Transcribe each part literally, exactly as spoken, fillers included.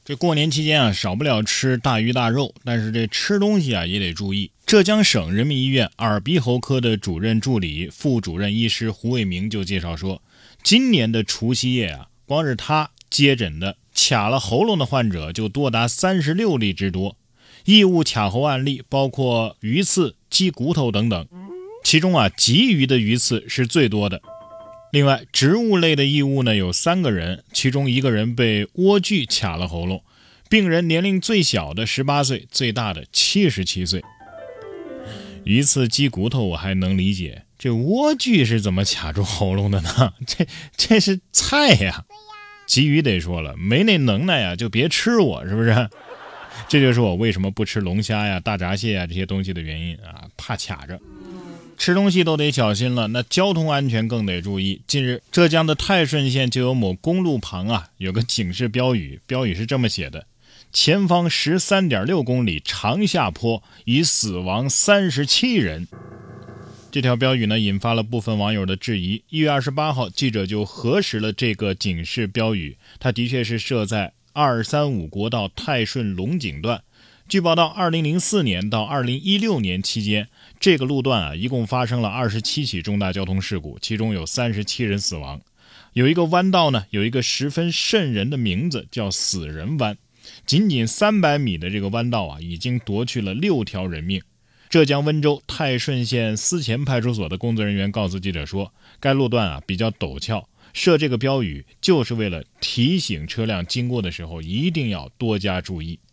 这过年期间啊，少不了吃大鱼大肉，但是这吃东西啊也得注意。浙江省人民医院耳鼻喉科的主任助理、副主任医师胡卫明就介绍说，今年的除夕夜啊，光是他接诊的卡了喉咙的患者就多达三十六例之多。异物卡喉案例包括鱼刺、鸡骨头等等，其中啊，鲫鱼的鱼刺是最多的。另外，植物类的异物呢有三个人，其中一个人被莴苣卡了喉咙，病人年龄最小的十八岁，最大的七十七岁。鱼刺、鸡骨头我还能理解，这莴苣是怎么卡住喉咙的呢？这这是菜呀！鲫鱼得说了，没那能耐呀，就别吃我，是不是？这就是我为什么不吃龙虾呀、大闸蟹呀这些东西的原因啊，怕卡着。吃东西都得小心了，那交通安全更得注意。近日，浙江的泰顺县就有某公路旁啊有个警示标语，标语是这么写的：前方 十三点六公里长下坡，已死亡三十七人。这条标语呢引发了部分网友的质疑。一月二十八号，记者就核实了这个警示标语，它的确是设在二三五国道泰顺龙井段。据报道，二零零四年到二零一六年期间，这个路段啊一共发生了二十七起重大交通事故，其中有三十七人死亡。有一个弯道呢，有一个十分瘆人的名字，叫死人弯。仅仅三百米的这个弯道啊，已经夺去了六条人命。浙江温州泰顺县思前派出所的工作人员告诉记者说，该路段啊比较陡峭，设这个标语就是为了提醒车辆经过的时候一定要多加注意。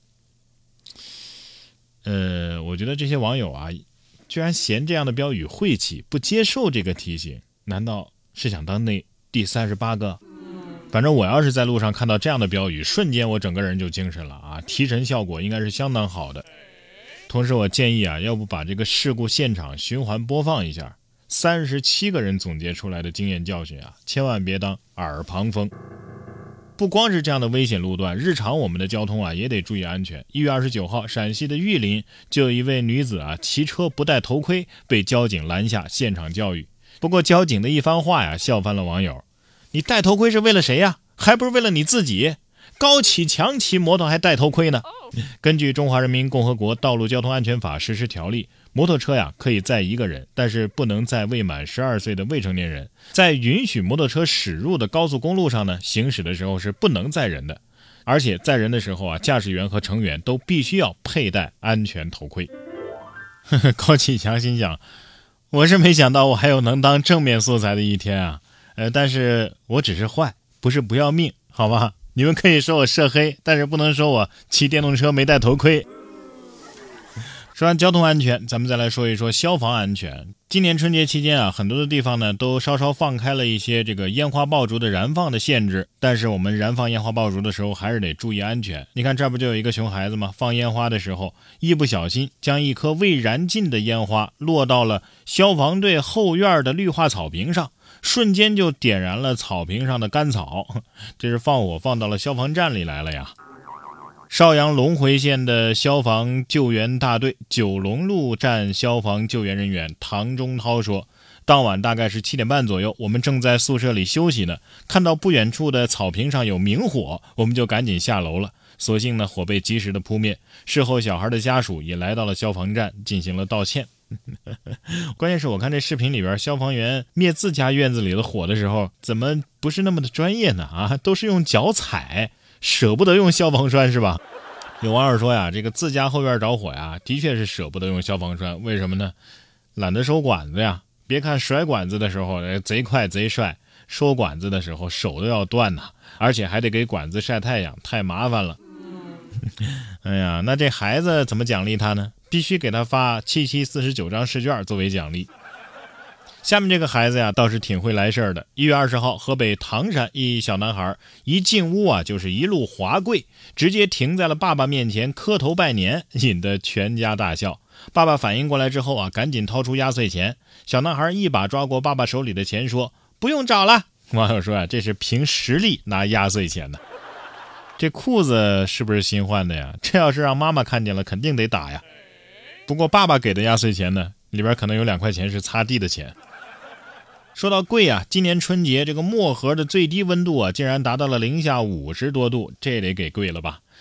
呃，我觉得这些网友啊，居然嫌这样的标语晦气，不接受这个提醒，难道是想当那第三十八个？反正我要是在路上看到这样的标语，瞬间我整个人就精神了啊，提神效果应该是相当好的。同时我建议啊，要不把这个事故现场循环播放一下，三十七个人总结出来的经验教训啊，千万别当耳旁风。不光是这样的危险路段，日常我们的交通啊也得注意安全。一月二十九号，陕西的玉林就有一位女子啊骑车不戴头盔，被交警拦下现场教育。不过交警的一番话呀，笑翻了网友。你戴头盔是为了谁呀？还不是为了你自己？高启强骑摩托还戴头盔呢。根据《中华人民共和国道路交通安全法实施条例》，摩托车呀可以载一个人，但是不能载未满十二岁的未成年人。在允许摩托车驶入的高速公路上呢，行驶的时候是不能载人的，而且载人的时候啊，驾驶员和成员都必须要佩戴安全头盔。高启强心想，我是没想到我还有能当正面素材的一天啊，呃，但是我只是坏，不是不要命，好吧？你们可以说我涉黑，但是不能说我骑电动车没戴头盔。说完交通安全，咱们再来说一说消防安全。今年春节期间啊，很多的地方呢都稍稍放开了一些这个烟花爆竹的燃放的限制，但是我们燃放烟花爆竹的时候还是得注意安全。你看这不就有一个熊孩子吗？放烟花的时候一不小心将一颗未燃尽的烟花落到了消防队后院的绿化草坪上，瞬间就点燃了草坪上的干草，这是放火放到了消防站里来了呀。邵阳龙回县的消防救援大队九龙路站消防救援人员唐中涛说，当晚大概是七点半左右，我们正在宿舍里休息呢，看到不远处的草坪上有明火，我们就赶紧下楼了。所幸呢，火被及时的扑灭。事后小孩的家属也来到了消防站进行了道歉。关键是我看这视频里边，消防员灭自家院子里的火的时候，怎么不是那么的专业呢？啊，都是用脚踩，舍不得用消防栓是吧？有网友说呀，这个自家后院着火呀，的确是舍不得用消防栓，为什么呢？懒得收管子呀。别看甩管子的时候贼快贼帅，收管子的时候手都要断呐，而且还得给管子晒太阳，太麻烦了。哎呀，那这孩子怎么奖励他呢？必须给他发七七四十九张试卷作为奖励。下面这个孩子呀，倒是挺会来事儿的。一月二十号，河北唐山一小男孩一进屋啊，就是一路滑跪，直接停在了爸爸面前磕头拜年，引得全家大笑。爸爸反应过来之后啊，赶紧掏出压岁钱。小男孩一把抓过爸爸手里的钱，说：“不用找了。”网友说啊，这是凭实力拿压岁钱的。这裤子是不是新换的呀？这要是让妈妈看见了，肯定得打呀。不过爸爸给的压岁钱呢，里边可能有两块钱是擦地的钱。说到贵啊，今年春节这个漠河的最低温度啊，竟然达到了零下五十多度，这得给贵了吧？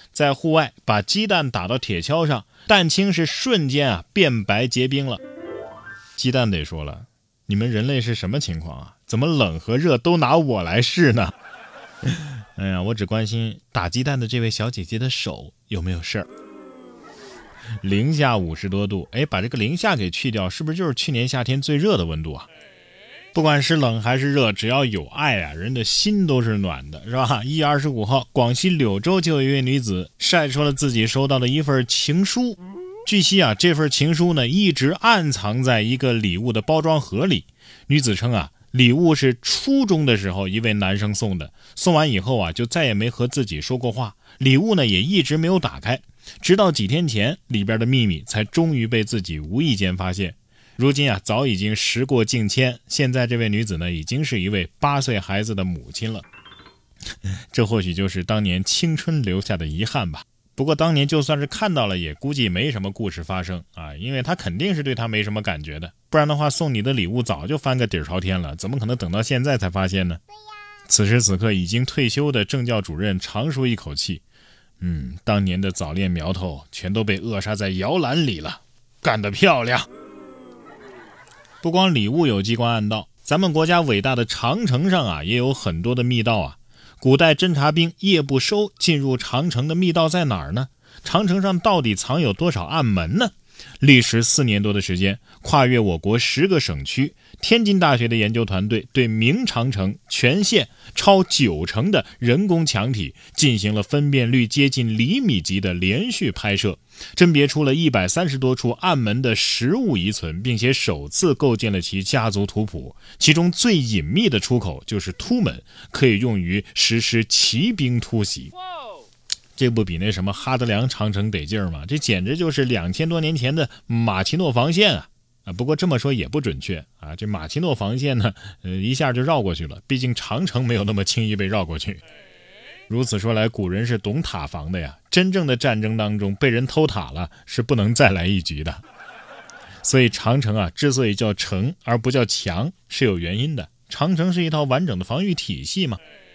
在户外把鸡蛋打到铁锹上，蛋清是瞬间啊变白结冰了。鸡蛋得说了，你们人类是什么情况啊？怎么冷和热都拿我来试呢？哎呀，我只关心打鸡蛋的这位小姐姐的手有没有事儿。零下五十多度，哎，把这个零下给去掉，是不是就是去年夏天最热的温度啊？不管是冷还是热，只要有爱啊，人的心都是暖的，是吧？一月二十五号，广西柳州就有一位女子晒出了自己收到的一份情书。据悉啊，这份情书呢一直暗藏在一个礼物的包装盒里。女子称啊，礼物是初中的时候一位男生送的，送完以后啊就再也没和自己说过话，礼物呢也一直没有打开，直到几天前里边的秘密才终于被自己无意间发现。如今啊早已经时过境迁，现在这位女子呢已经是一位八岁孩子的母亲了。这或许就是当年青春留下的遗憾吧。不过当年就算是看到了，也估计没什么故事发生啊，因为他肯定是对他没什么感觉的，不然的话送你的礼物早就翻个底儿朝天了，怎么可能等到现在才发现呢？此时此刻已经退休的政教主任长舒一口气，嗯，当年的早恋苗头全都被扼杀在摇篮里了，干得漂亮。不光礼物有机关暗道，咱们国家伟大的长城上啊也有很多的密道啊。古代侦察兵夜不收进入长城的密道在哪儿呢？长城上到底藏有多少暗门呢？历时四年多的时间，跨越我国十个省区，天津大学的研究团队对明长城全线超九成的人工墙体进行了分辨率接近厘米级的连续拍摄，甄别出了一百三十多处暗门的实物遗存，并且首次构建了其家族图谱。其中最隐秘的出口就是突门，可以用于实施骑兵突袭。这不比那什么哈德良长城得劲儿吗？这简直就是两千多年前的马奇诺防线啊！啊，不过这么说也不准确啊。这马奇诺防线呢，呃，一下就绕过去了，毕竟长城没有那么轻易被绕过去。如此说来，古人是懂塔防的呀。真正的战争当中，被人偷塔了是不能再来一局的。所以长城啊，之所以叫城而不叫墙，是有原因的。长城是一套完整的防御体系嘛。